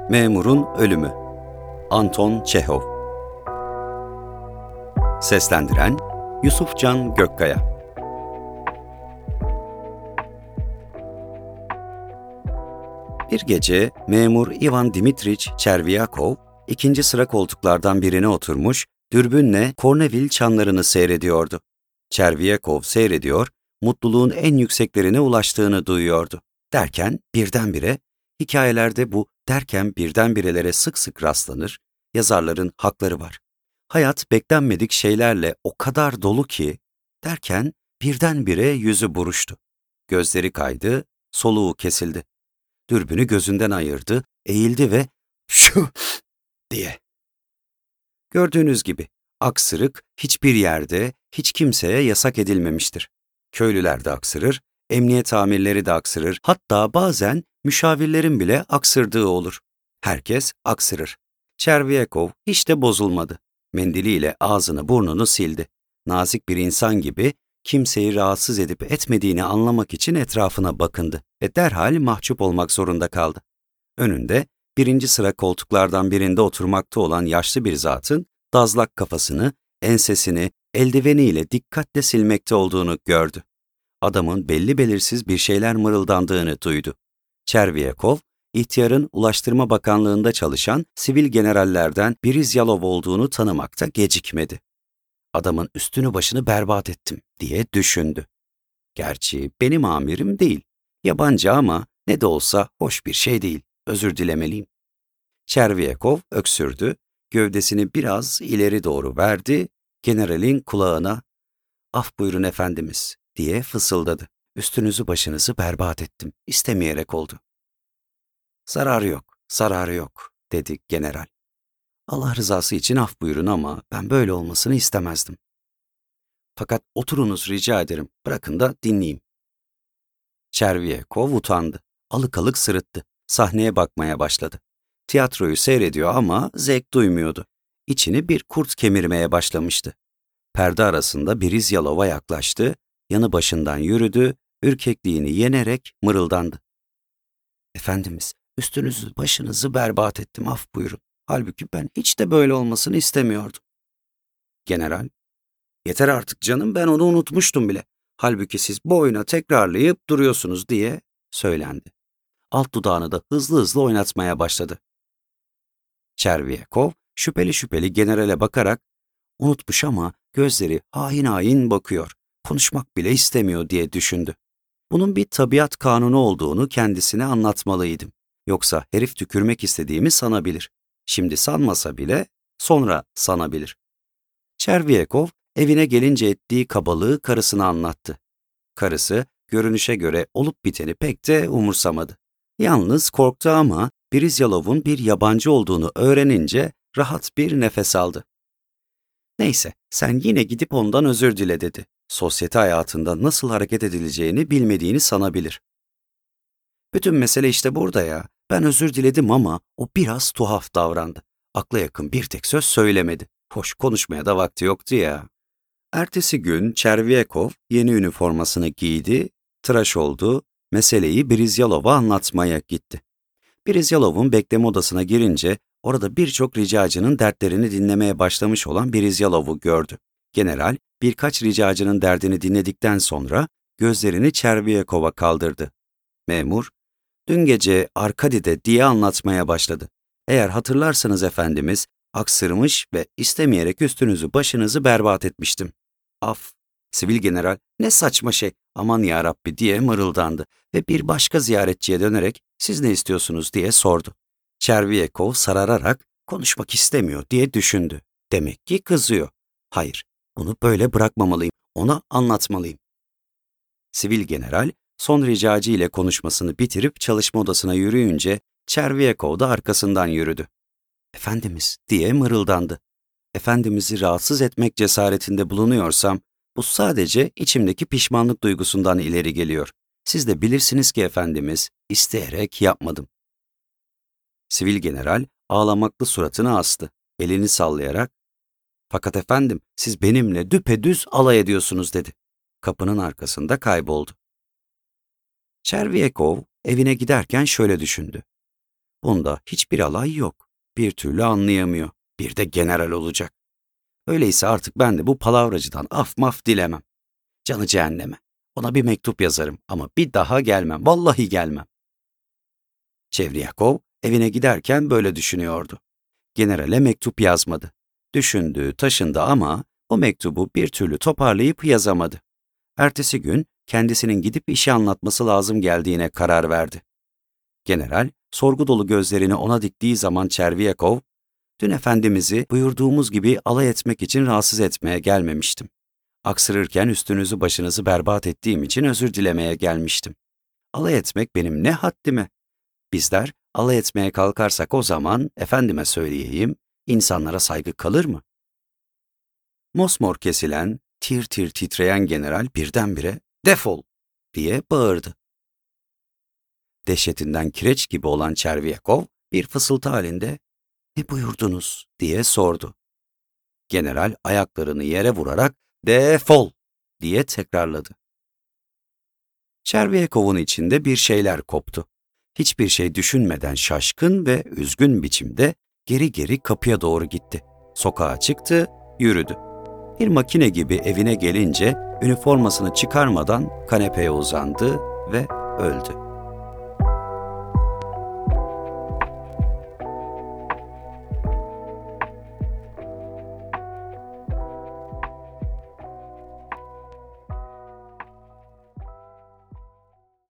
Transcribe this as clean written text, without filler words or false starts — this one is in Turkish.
Memurun Ölümü. Anton Çehov. Seslendiren Yusufcan Gökkaya. Bir gece memur Ivan Dimitriç Çervyakov, ikinci sıra koltuklardan birine oturmuş, dürbünle Kornevil çanlarını seyrediyordu. Çervyakov seyrediyor, mutluluğun en yükseklerine ulaştığını duyuyordu. Derken birdenbire, hikayelerde bu derken birdenbirelere sık sık rastlanır, yazarların hakları var. Hayat beklenmedik şeylerle o kadar dolu ki, derken birdenbire yüzü buruştu. Gözleri kaydı, soluğu kesildi. Dürbünü gözünden ayırdı, eğildi ve "Şu!" diye. Gördüğünüz gibi aksırık hiçbir yerde, hiç kimseye yasak edilmemiştir. Köylüler de aksırır, emniyet amirleri de aksırır, hatta bazen müşavirlerin bile aksırdığı olur. Herkes aksırır. Çervyakov hiç de bozulmadı. Mendiliyle ağzını burnunu sildi. Nazik bir insan gibi kimseyi rahatsız edip etmediğini anlamak için etrafına bakındı ve derhal mahcup olmak zorunda kaldı. Önünde birinci sıra koltuklardan birinde oturmakta olan yaşlı bir zatın dazlak kafasını, ensesini eldiveniyle dikkatle silmekte olduğunu gördü. Adamın belli belirsiz bir şeyler mırıldandığını duydu. Çervyakov, ihtiyarın Ulaştırma Bakanlığı'nda çalışan sivil generallerden Brizyalov olduğunu tanımakta gecikmedi. Adamın üstünü başını berbat ettim diye düşündü. Gerçi benim amirim değil, yabancı ama ne de olsa hoş bir şey değil, özür dilemeliyim. Çervyakov öksürdü, gövdesini biraz ileri doğru verdi, generalin kulağına "Af buyurun efendimiz" diye fısıldadı. "Üstünüzü başınızı berbat ettim, istemeyerek oldu." "Zararı yok, zararı yok" dedi general. "Allah rızası için af buyurun ama ben böyle olmasını istemezdim. Fakat oturunuz rica ederim, bırakın da dinleyeyim." Çervyakov utandı, alık alık sırıttı, sahneye bakmaya başladı. Tiyatroyu seyrediyor ama zevk duymuyordu. İçini bir kurt kemirmeye başlamıştı. Perde arasında Brizyalov'a yaklaştı, yanı başından yürüdü, ürkekliğini yenerek mırıldandı. "Efendimiz, üstünüzü başınızı berbat ettim, af buyurun. Halbuki ben hiç de böyle olmasını istemiyordum." General, "Yeter artık canım, ben onu unutmuştum bile. Halbuki siz bu oyuna tekrarlayıp duruyorsunuz" diye söylendi. Alt dudağını da hızlı hızlı oynatmaya başladı. Çervyakov şüpheli şüpheli generale bakarak "Unutmuş ama gözleri hain hain bakıyor, konuşmak bile istemiyor" diye düşündü. Bunun bir tabiat kanunu olduğunu kendisine anlatmalıydım. Yoksa herif tükürmek istediğimi sanabilir. Şimdi sanmasa bile sonra sanabilir. Çervyakov evine gelince ettiği kabalığı karısına anlattı. Karısı görünüşe göre olup biteni pek de umursamadı. Yalnız korktu ama Brizyalov'un bir yabancı olduğunu öğrenince rahat bir nefes aldı. "Neyse, sen yine gidip ondan özür dile" dedi. "Sosyete hayatında nasıl hareket edileceğini bilmediğini sanabilir." "Bütün mesele işte burada ya. Ben özür diledim ama o biraz tuhaf davrandı. Akla yakın bir tek söz söylemedi. Hoş konuşmaya da vakti yoktu ya." Ertesi gün Çervyakov yeni üniformasını giydi, tıraş oldu, meseleyi Brizyalov'a anlatmaya gitti. Brizyalov'un bekleme odasına girince orada birçok ricacının dertlerini dinlemeye başlamış olan Brizyalov'u gördü. General birkaç ricacının derdini dinledikten sonra gözlerini Çervyakov'a kaldırdı. Memur, "Dün gece Arkadi'de" diye anlatmaya başladı. "Eğer hatırlarsanız efendimiz, aksırmış ve istemeyerek üstünüzü başınızı berbat etmiştim." "Af, sivil general, ne saçma şey, aman yarabbi" diye mırıldandı ve bir başka ziyaretçiye dönerek "Siz ne istiyorsunuz?" diye sordu. Çervyakov sarararak "Konuşmak istemiyor" diye düşündü. Demek ki kızıyor. Hayır, bunu böyle bırakmamalıyım, ona anlatmalıyım. Sivil general son ricacı ile konuşmasını bitirip çalışma odasına yürüyünce Çervyakov da arkasından yürüdü. "Efendimiz" diye mırıldandı. "Efendimiz'i rahatsız etmek cesaretinde bulunuyorsam, bu sadece içimdeki pişmanlık duygusundan ileri geliyor. Siz de bilirsiniz ki efendimiz, isteyerek yapmadım." Sivil general ağlamaklı suratını astı, elini sallayarak "Fakat efendim, siz benimle düpedüz alay ediyorsunuz" dedi. Kapının arkasında kayboldu. Çervyakov evine giderken şöyle düşündü. Bunda hiçbir alay yok. Bir türlü anlayamıyor. Bir de general olacak. Öyleyse artık ben de bu palavracıdan af maf dilemem. Canı cehenneme. Ona bir mektup yazarım ama bir daha gelmem. Vallahi gelmem. Çevriyakov evine giderken böyle düşünüyordu. Generale mektup yazmadı. Düşündü, taşındı ama o mektubu bir türlü toparlayıp yazamadı. Ertesi gün kendisinin gidip işi anlatması lazım geldiğine karar verdi. General, sorgu dolu gözlerini ona diktiği zaman Çerviyakov, "Dün efendimizi buyurduğumuz gibi alay etmek için rahatsız etmeye gelmemiştim. Aksırırken üstünüzü başınızı berbat ettiğim için özür dilemeye gelmiştim. Alay etmek benim ne haddime? Bizler alay etmeye kalkarsak o zaman, efendime söyleyeyim, insanlara saygı kalır mı?" Mosmor kesilen, tir tir titreyen general birdenbire "Defol!" diye bağırdı. Dehşetinden kireç gibi olan Çerviyakov bir fısıltı halinde "Ne buyurdunuz?" diye sordu. General ayaklarını yere vurarak "Defol!" diye tekrarladı. Çerviyakov'un içinde bir şeyler koptu. Hiçbir şey düşünmeden şaşkın ve üzgün biçimde geri geri kapıya doğru gitti. Sokağa çıktı, yürüdü. Bir makine gibi evine gelince üniformasını çıkarmadan kanepeye uzandı ve öldü.